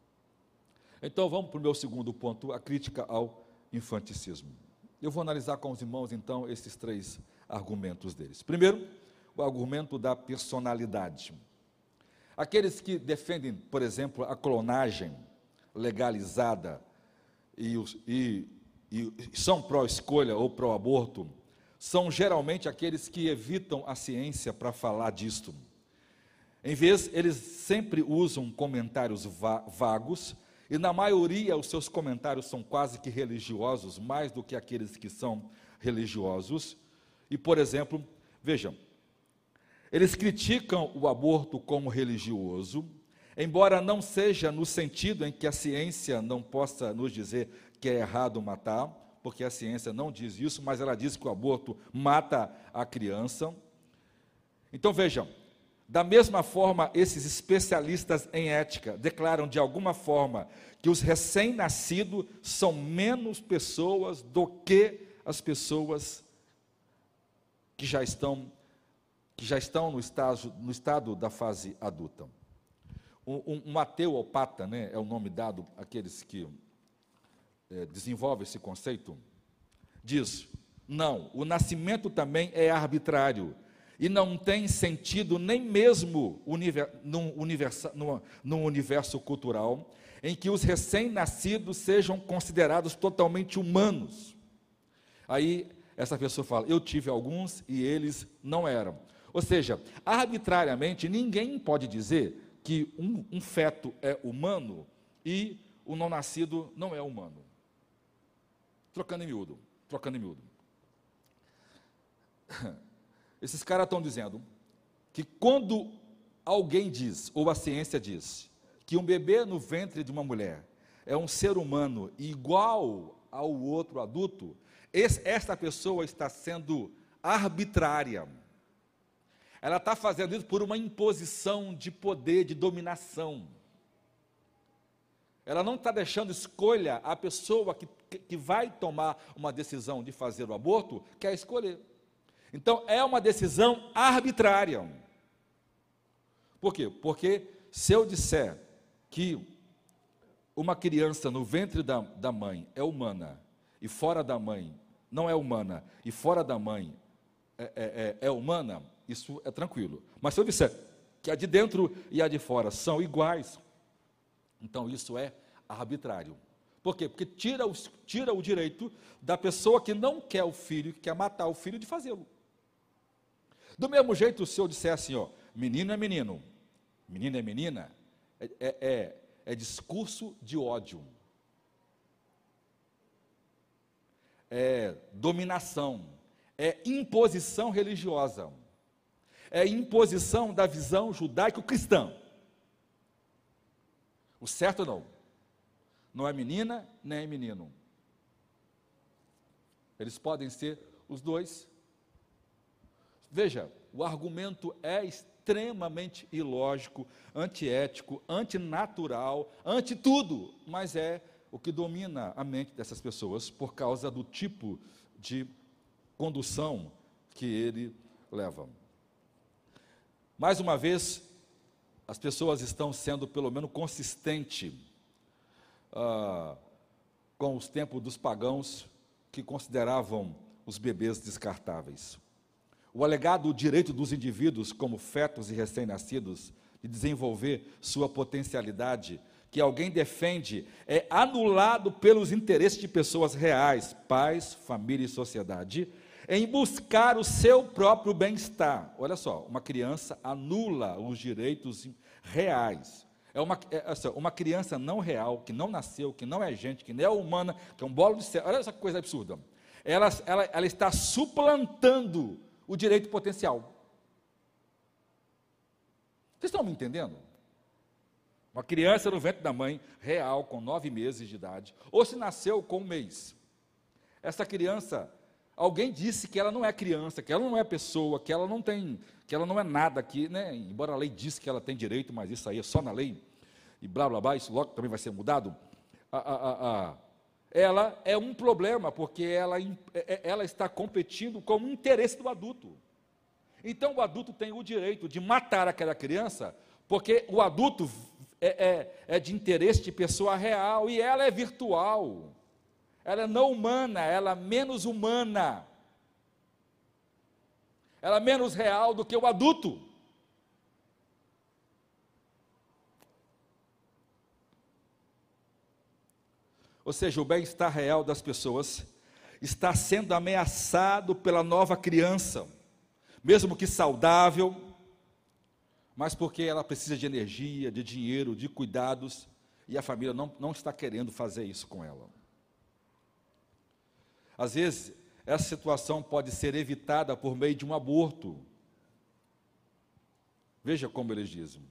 Então, vamos para o meu segundo ponto, a crítica ao infanticismo. Eu vou analisar com os irmãos, então, esses três argumentos deles. Primeiro, o argumento da personalidade. Aqueles que defendem, por exemplo, a clonagem legalizada e, e, e são pró-escolha ou pró-aborto, são geralmente aqueles que evitam a ciência para falar disto. Em vez, eles sempre usam comentários va- vagos, e na maioria os seus comentários são quase que religiosos, mais do que aqueles que são religiosos. E, por exemplo, vejam, eles criticam o aborto como religioso, embora não seja no sentido em que a ciência não possa nos dizer que é errado matar, porque a ciência não diz isso, mas ela diz que o aborto mata a criança. Então, vejam, da mesma forma, esses especialistas em ética declaram de alguma forma que os recém-nascidos são menos pessoas do que as pessoas que já estão, que já estão no, estágio, no estado da fase adulta. Um, um, um ateopata, né, é o nome dado àqueles que é, desenvolvem esse conceito, diz: não, o nascimento também é arbitrário, e não tem sentido nem mesmo no universo, no, no universo cultural, em que os recém-nascidos sejam considerados totalmente humanos. Aí essa pessoa fala, eu tive alguns e eles não eram. Ou seja, arbitrariamente, ninguém pode dizer que um, um feto é humano e o não nascido não é humano. Trocando em miúdo, trocando em miúdo. Esses caras estão dizendo que quando alguém diz, ou a ciência diz, que um bebê no ventre de uma mulher é um ser humano igual ao outro adulto, esse, esta pessoa está sendo arbitrária. Ela está fazendo isso por uma imposição de poder, de dominação. Ela não está deixando escolha à pessoa que, que vai tomar uma decisão de fazer o aborto, quer escolher. Então, é uma decisão arbitrária. Por quê? Porque se eu disser que uma criança no ventre da, da mãe é humana, e fora da mãe não é humana, e fora da mãe é, é, é humana, isso é tranquilo. Mas se eu disser que a de dentro e a de fora são iguais, então isso é arbitrário. Por quê? Porque tira o, tira o direito da pessoa que não quer o filho, que quer matar o filho, de fazê-lo. Do mesmo jeito, se eu disser assim, ó, menino é menino, menina é menina, é, é, é, é discurso de ódio, é dominação, é imposição religiosa, é imposição da visão judaico-cristã. O certo não, não é menina nem é menino. Eles podem ser os dois. Veja, o argumento é extremamente ilógico, antiético, antinatural, anti tudo, mas é o que domina a mente dessas pessoas por causa do tipo de condução que ele leva. Mais uma vez, as pessoas estão sendo pelo menos consistentes ah, com os tempos dos pagãos que consideravam os bebês descartáveis. O alegado direito dos indivíduos, como fetos e recém-nascidos, de desenvolver sua potencialidade, que alguém defende, é anulado pelos interesses de pessoas reais, pais, família e sociedade, em buscar o seu próprio bem-estar. Olha só, uma criança anula os direitos reais. É uma, é, uma criança não real, que não nasceu, que não é gente, que não é humana, que é um bolo de céu. Olha essa coisa absurda. Ela, ela, ela está suplantando o direito potencial. Vocês estão me entendendo? Uma criança no ventre da mãe, real, com nove meses de idade, ou se nasceu com um mês. Essa criança, alguém disse que ela não é criança, que ela não é pessoa, que ela não tem, que ela não é nada aqui, né? Embora a lei disse que ela tem direito, mas isso aí é só na lei, e blá blá blá, isso logo também vai ser mudado. A, a, a, ela é um problema, porque ela, ela está competindo com o interesse do adulto. Então o adulto tem o direito de matar aquela criança, porque o adulto é, é, é de interesse de pessoa real, e ela é virtual. Ela é não humana, ela é menos humana. Ela é menos real do que o adulto. Ou seja, o bem-estar real das pessoas está sendo ameaçado pela nova criança, mesmo que saudável, mas porque ela precisa de energia, de dinheiro, de cuidados, e a família não, não está querendo fazer isso com ela. Às vezes, essa situação pode ser evitada por meio de um aborto. Veja como eles dizem.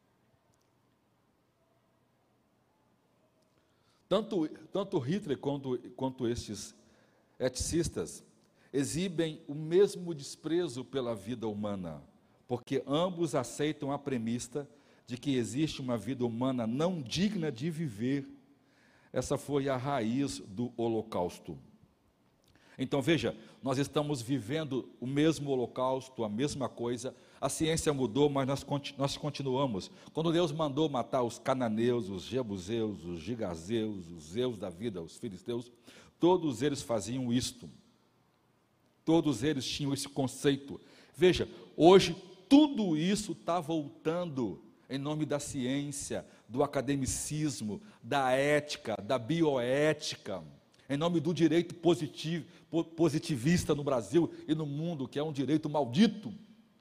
Tanto, tanto Hitler quanto, quanto estes eticistas exibem o mesmo desprezo pela vida humana, porque ambos aceitam a premissa de que existe uma vida humana não digna de viver. Essa foi a raiz do Holocausto. Então veja, nós estamos vivendo o mesmo holocausto, a mesma coisa, a ciência mudou, mas nós, nós continuamos. Quando Deus mandou matar os cananeus, os jebuseus, os gigazeus, os zeus da vida, os filisteus, todos eles faziam isto, todos eles tinham esse conceito. Veja, hoje tudo isso está voltando em nome da ciência, do academicismo, da ética, da bioética. em nome do direito positivo, positivista no Brasil e no mundo, que é um direito maldito.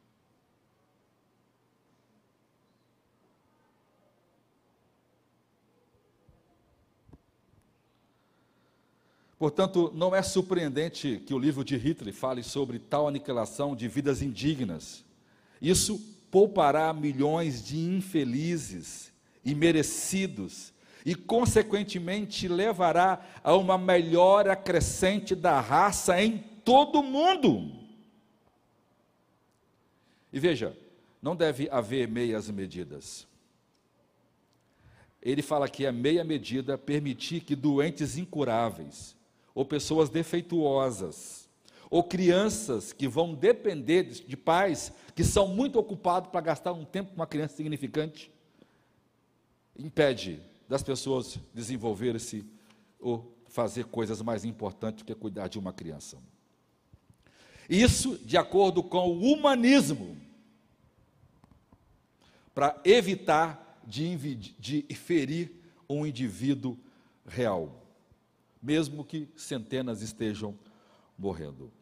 Portanto, não é surpreendente que o livro de Hitler fale sobre tal aniquilação de vidas indignas. Isso poupará milhões de infelizes e merecidos e, consequentemente, levará a uma melhora crescente da raça em todo o mundo. E veja, não deve haver meias medidas. Ele fala que a meia medida permitir que doentes incuráveis, ou pessoas defeituosas, ou crianças que vão depender de pais que são muito ocupados para gastar um tempo com uma criança insignificante, impede das pessoas desenvolver-se ou fazer coisas mais importantes do que cuidar de uma criança. Isso de acordo com o humanismo, para evitar de, de ferir um indivíduo real, mesmo que centenas estejam morrendo.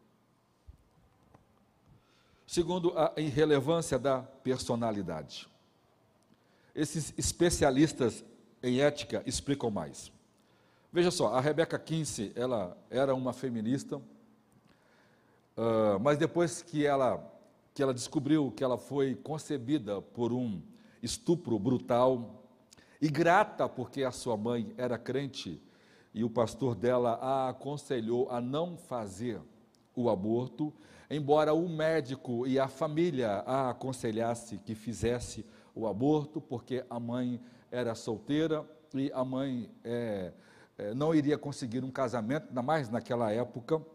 Segundo, a irrelevância da personalidade. Esses especialistas em ética explicam mais. Veja só, a Rebecca Kinsey, ela era uma feminista, uh, mas depois que ela, que ela descobriu que ela foi concebida por um estupro brutal, e grata porque a sua mãe era crente, e o pastor dela a aconselhou a não fazer o aborto, embora o médico e a família a aconselhasse que fizesse o aborto, porque a mãe era solteira e a mãe é, é, não iria conseguir um casamento, ainda mais naquela época, uh,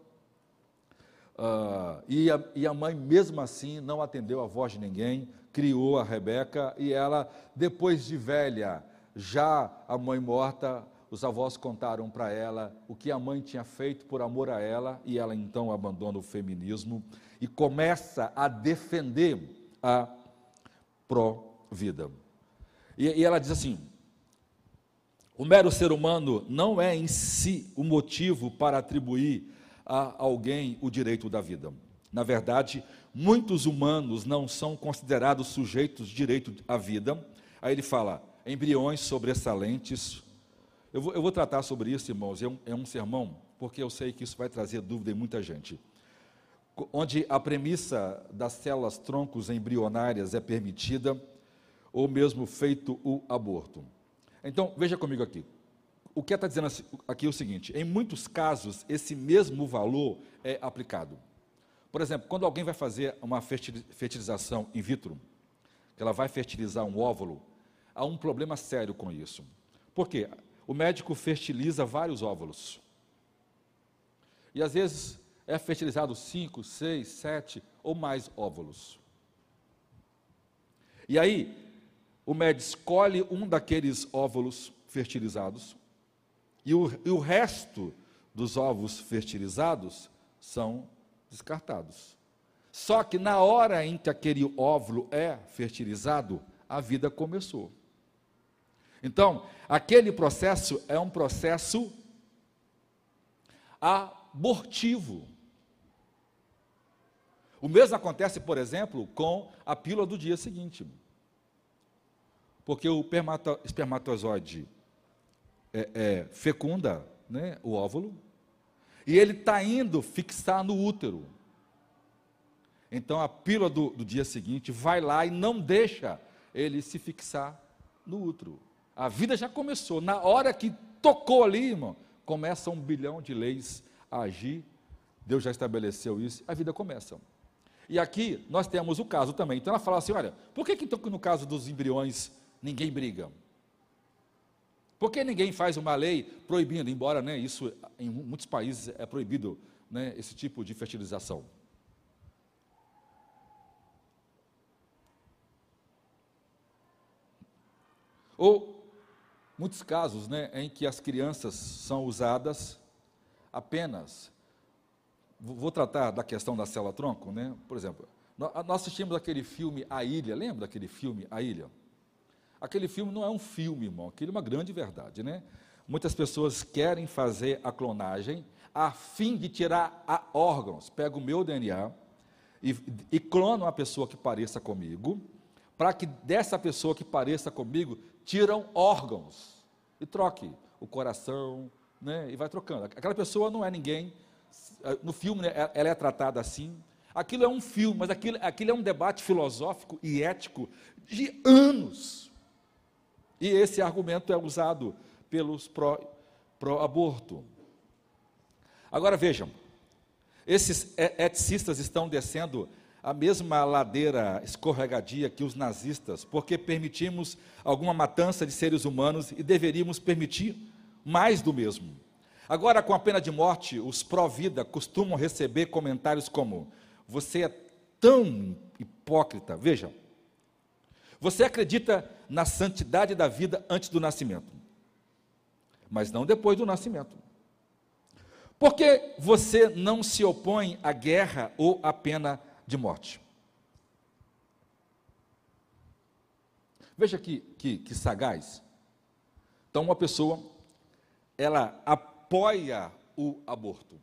e, a, e a mãe mesmo assim não atendeu a voz de ninguém, criou a Rebeca, e ela, depois de velha, já a mãe morta, os avós contaram para ela o que a mãe tinha feito por amor a ela, e ela então abandona o feminismo e começa a defender a pró-vida. E, e ela diz assim: o mero ser humano não é em si o motivo para atribuir a alguém o direito da vida. Na verdade, muitos humanos não são considerados sujeitos de direito à vida. Aí ele fala, embriões sobressalentes. Eu vou, eu vou tratar sobre isso, irmãos, é um, é um sermão, porque eu sei que isso vai trazer dúvida em muita gente. Onde a premissa das células troncos embrionárias é permitida, ou mesmo feito o aborto. Então, veja comigo aqui. O que está dizendo aqui é o seguinte: em muitos casos, esse mesmo valor é aplicado. Por exemplo, quando alguém vai fazer uma fertilização in vitro, que ela vai fertilizar um óvulo, há um problema sério com isso. Por quê? O médico fertiliza vários óvulos. E às vezes é fertilizado cinco, seis, sete ou mais óvulos. E aí, o médico escolhe um daqueles óvulos fertilizados, e o, e o resto dos ovos fertilizados são descartados. Só que na hora em que aquele óvulo é fertilizado, a vida começou. Então, aquele processo é um processo abortivo. O mesmo acontece, por exemplo, com a pílula do dia seguinte. Porque o espermatozoide é, é, fecunda, né, o óvulo, e ele está indo fixar no útero. Então, a pílula do, do dia seguinte vai lá e não deixa ele se fixar no útero. A vida já começou. Na hora que tocou ali, irmão, começa um bilhão de leis a agir. Deus já estabeleceu isso, a vida começa. E aqui nós temos o caso também. Então ela fala assim, olha, por que, que então, no caso dos embriões ninguém briga? Por que ninguém faz uma lei proibindo, embora, né, isso em muitos países é proibido, né, esse tipo de fertilização? Ou muitos casos, né, em que as crianças são usadas apenas. Vou tratar da questão da célula-tronco, né? Por exemplo, nós assistimos aquele filme A Ilha, lembra daquele filme A Ilha? Aquele filme não é um filme, irmão, aquele é uma grande verdade, né? muitas pessoas querem fazer a clonagem a fim de tirar a órgãos. Pega o meu D N A e, e clona uma pessoa que pareça comigo, para que dessa pessoa que pareça comigo, tiram órgãos e troque o coração, né, e vai trocando. Aquela pessoa não é ninguém, no filme, né, ela é tratada assim. Aquilo é um filme, mas aquilo, aquilo é um debate filosófico e ético de anos. E esse argumento é usado pelos pró, pró-aborto. Agora vejam, esses eticistas estão descendo a mesma ladeira escorregadia que os nazistas, porque permitimos alguma matança de seres humanos e deveríamos permitir mais do mesmo. Agora, com a pena de morte, os pró-vida costumam receber comentários como: você é tão hipócrita. Veja, você acredita na santidade da vida antes do nascimento, mas não depois do nascimento. Por que você não se opõe à guerra ou à pena de morte? Veja que, que, que sagaz. Então, uma pessoa, ela apoia o aborto,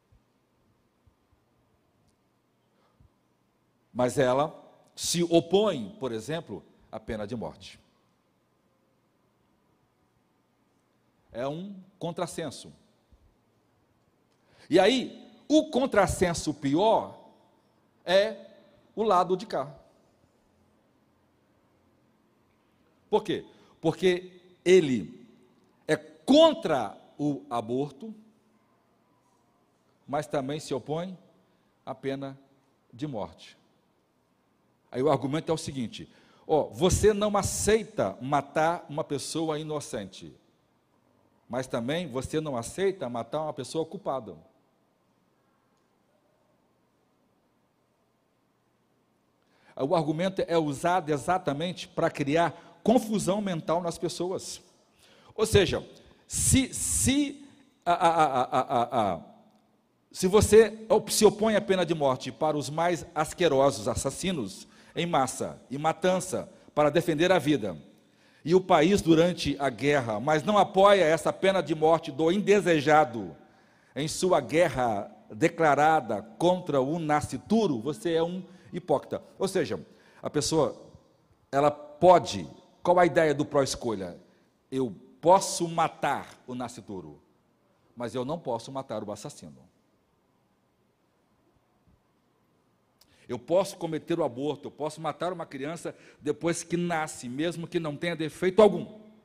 mas ela se opõe, por exemplo, à pena de morte. É um contrassenso. E aí, o contrassenso pior é o lado de cá. Por quê? Porque ele é contra o aborto, mas também se opõe à pena de morte. Aí o argumento é o seguinte: ó, você não aceita matar uma pessoa inocente, mas também você não aceita matar uma pessoa culpada. O argumento é usado exatamente para criar confusão mental nas pessoas. Ou seja, se, se, a, a, a, a, a, se você se opõe à pena de morte para os mais asquerosos assassinos em massa e matança para defender a vida, e o país durante a guerra, mas não apoia essa pena de morte do indesejado em sua guerra declarada contra o nascituro, você é um hipócrita. Ou seja, a pessoa, ela pode, qual a ideia do pró-escolha? Eu posso matar o nascituro, mas eu não posso matar o assassino. Eu posso cometer o aborto, eu posso matar uma criança depois que nasce, mesmo que não tenha defeito algum.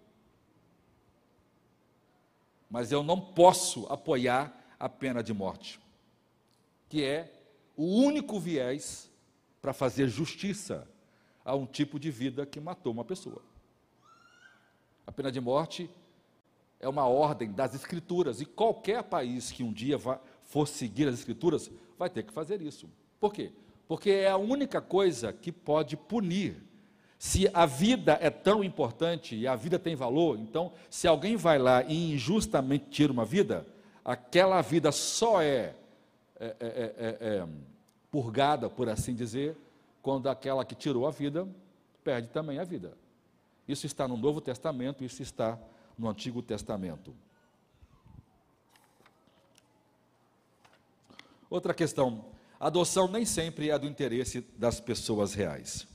Mas eu não posso apoiar a pena de morte, que é o único viés para fazer justiça a um tipo de vida que matou uma pessoa. A pena de morte é uma ordem das Escrituras, e qualquer país que um dia vá, for seguir as Escrituras vai ter que fazer isso. Por quê? Porque é a única coisa que pode punir. Se a vida é tão importante e a vida tem valor, então, se alguém vai lá e injustamente tira uma vida, aquela vida só é, é, é, é, é purgada, por assim dizer, quando aquela que tirou a vida perde também a vida. Isso está no Novo Testamento, isso está no Antigo Testamento. Outra questão: a adoção nem sempre é do interesse das pessoas reais.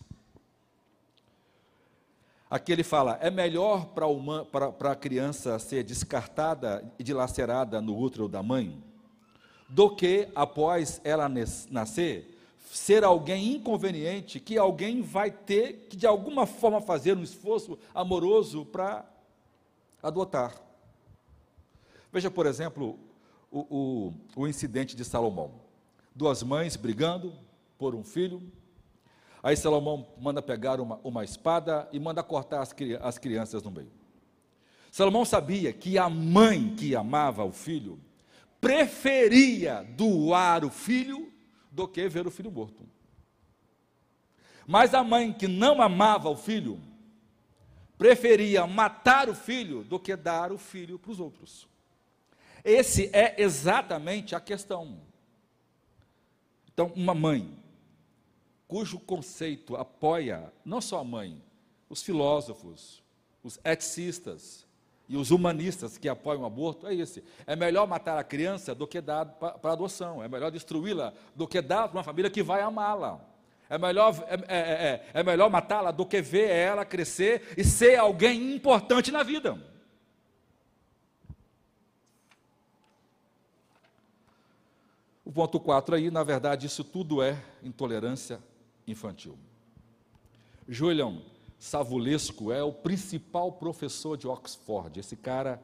Aqui ele fala: é melhor para uma, para, para a criança ser descartada e dilacerada no útero da mãe, do que, após ela nascer, ser alguém inconveniente, que alguém vai ter que, de alguma forma, fazer um esforço amoroso para adotar. Veja, por exemplo, o, o, o incidente de Salomão. Duas mães brigando por um filho. Aí Salomão manda pegar uma, uma espada e manda cortar as, as crianças no meio. Salomão sabia que a mãe que amava o filho preferia doar o filho do que ver o filho morto. Mas a mãe que não amava o filho preferia matar o filho do que dar o filho para os outros. Esse é exatamente a questão. Então, uma mãe cujo conceito apoia, não só a mãe, os filósofos, os eticistas e os humanistas que apoiam o aborto é esse: é melhor matar a criança do que dar para adoção, é melhor destruí-la do que dar para uma família que vai amá-la, é melhor, é, é, é, é melhor matá-la do que ver ela crescer e ser alguém importante na vida. O ponto quatro aí, na verdade, isso tudo é intolerância infantil. Julian Savulescu é o principal professor de Oxford. Esse cara,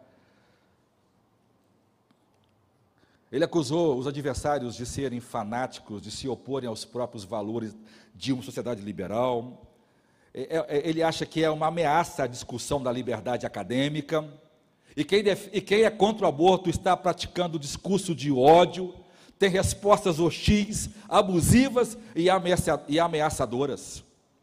ele acusou os adversários de serem fanáticos, de se oporem aos próprios valores de uma sociedade liberal. Ele acha que é uma ameaça à discussão da liberdade acadêmica, e quem, def... e quem é contra o aborto está praticando discurso de ódio, tem respostas hostis, abusivas e, ameaça... e ameaçadoras.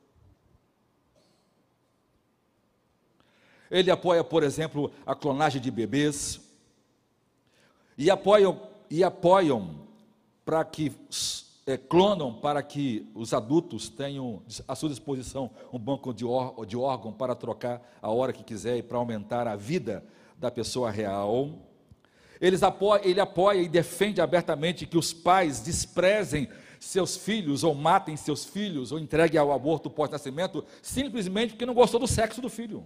Ele apoia, por exemplo, a clonagem de bebês, e apoiam, e apoiam para que, é, clonam para que os adultos tenham à sua disposição um banco de, or, de órgão para trocar a hora que quiser e para aumentar a vida da pessoa real. Eles apoiam, ele apoia e defende abertamente que os pais desprezem seus filhos, ou matem seus filhos, ou entreguem ao aborto pós-nascimento, simplesmente porque não gostou do sexo do filho.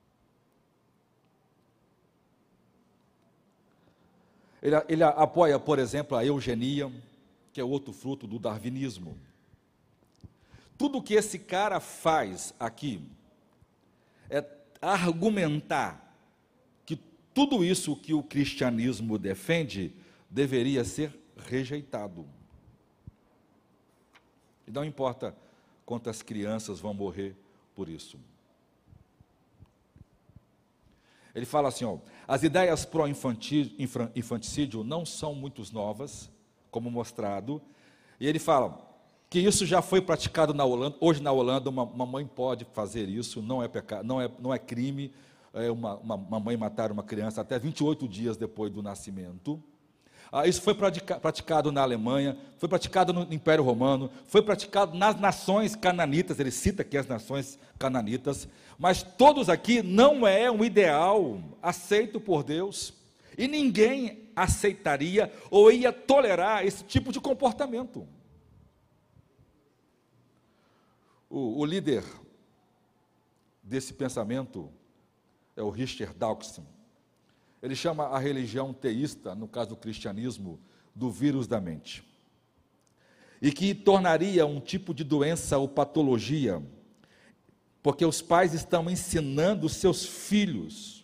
Ele, ele apoia, por exemplo, a eugenia, que é outro fruto do darwinismo. Tudo que esse cara faz aqui é argumentar que tudo isso que o cristianismo defende deveria ser rejeitado. E não importa quantas crianças vão morrer por isso. Ele fala assim, ó, as ideias pró-infanticídio não são muito novas, como mostrado, e ele fala que isso já foi praticado na Holanda. Hoje na Holanda uma, uma mãe pode fazer isso, não é pecado, não é, não é crime, é uma, uma, uma mãe matar uma criança até vinte e oito dias depois do nascimento. Ah, isso foi pratica, praticado na Alemanha, foi praticado no Império Romano, foi praticado nas nações cananitas. Ele cita aqui as nações cananitas, mas todos aqui não é um ideal aceito por Deus, e ninguém aceitaria ou ia tolerar esse tipo de comportamento. O, o líder desse pensamento é o Richard Dawkins. Ele chama a religião teísta, no caso do cristianismo, do vírus da mente, e que tornaria um tipo de doença ou patologia, porque os pais estão ensinando seus filhos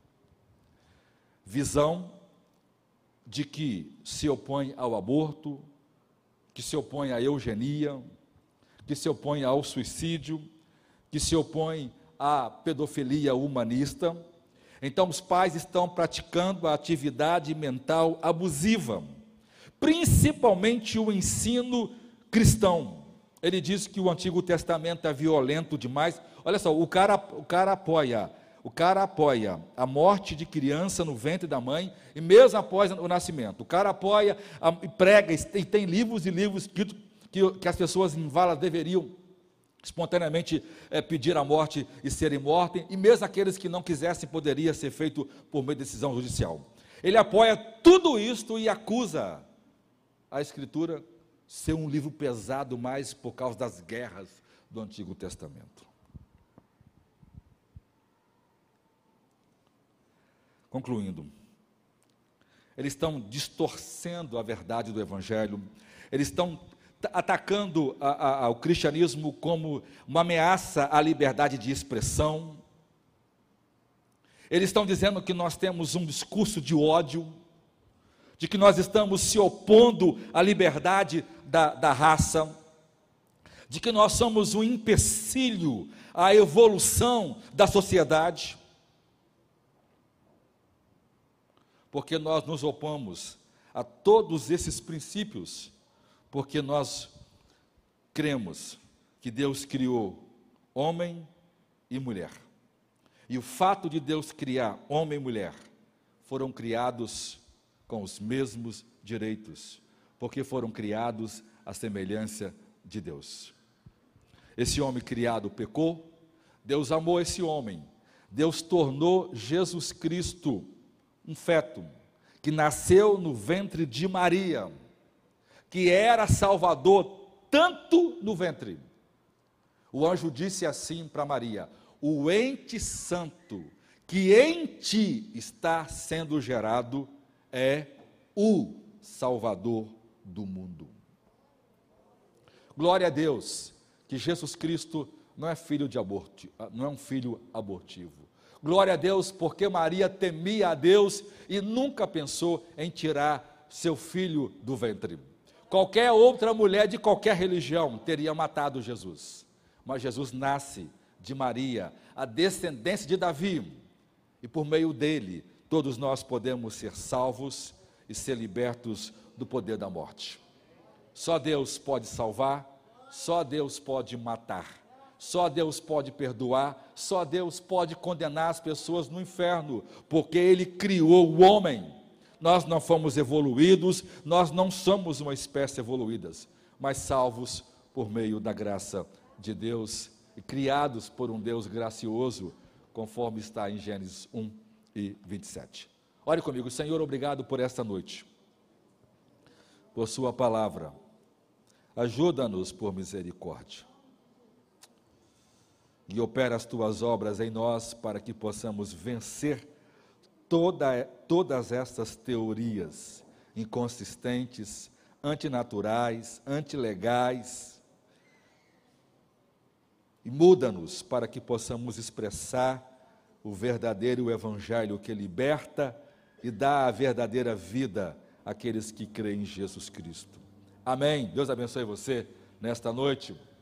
visão de que se opõe ao aborto, que se opõe à eugenia, que se opõe ao suicídio, que se opõe à pedofilia humanista. Então, os pais estão praticando a atividade mental abusiva, principalmente o ensino cristão. Ele diz que o Antigo Testamento é violento demais. Olha só, o cara, o cara apoia, o cara apoia a morte de criança no ventre da mãe, e mesmo após o nascimento. O cara apoia, a, e prega, e tem livros e livros escritos que, que as pessoas em valas deveriam espontaneamente é, pedir a morte e serem mortos, e mesmo aqueles que não quisessem, poderia ser feito por meio de decisão judicial. Ele apoia tudo isto e acusa a Escritura ser um livro pesado mais por causa das guerras do Antigo Testamento. Concluindo, eles estão distorcendo a verdade do Evangelho, eles estão atacando a, a, ao cristianismo como uma ameaça à liberdade de expressão. Eles estão dizendo que nós temos um discurso de ódio, de que nós estamos se opondo à liberdade da, da raça, de que nós somos um empecilho à evolução da sociedade, porque nós nos opomos a todos esses princípios, porque nós cremos que Deus criou homem e mulher. E o fato de Deus criar homem e mulher, foram criados com os mesmos direitos, porque foram criados à semelhança de Deus. Esse homem criado pecou, Deus amou esse homem, Deus tornou Jesus Cristo um feto, que nasceu no ventre de Maria, que era Salvador tanto no ventre. O anjo disse assim para Maria: o ente santo que em ti está sendo gerado é o Salvador do mundo. Glória a Deus, que Jesus Cristo não é filho de aborto, não é um filho abortivo. Glória a Deus, porque Maria temia a Deus e nunca pensou em tirar seu filho do ventre. Qualquer outra mulher de qualquer religião teria matado Jesus, mas Jesus nasce de Maria, a descendência de Davi, e por meio dele, todos nós podemos ser salvos e ser libertos do poder da morte. Só Deus pode salvar, só Deus pode matar, só Deus pode perdoar, só Deus pode condenar as pessoas no inferno, porque Ele criou o homem. Nós não fomos evoluídos, nós não somos uma espécie evoluídas, mas salvos por meio da graça de Deus e criados por um Deus gracioso, conforme está em Gênesis um e vinte e sete. Ore comigo. Senhor, obrigado por esta noite, por sua palavra. Ajuda-nos por misericórdia e opera as tuas obras em nós para que possamos vencer toda, todas estas teorias inconsistentes, antinaturais, antilegais, e muda-nos para que possamos expressar o verdadeiro evangelho que liberta e dá a verdadeira vida àqueles que creem em Jesus Cristo. Amém. Deus abençoe você nesta noite.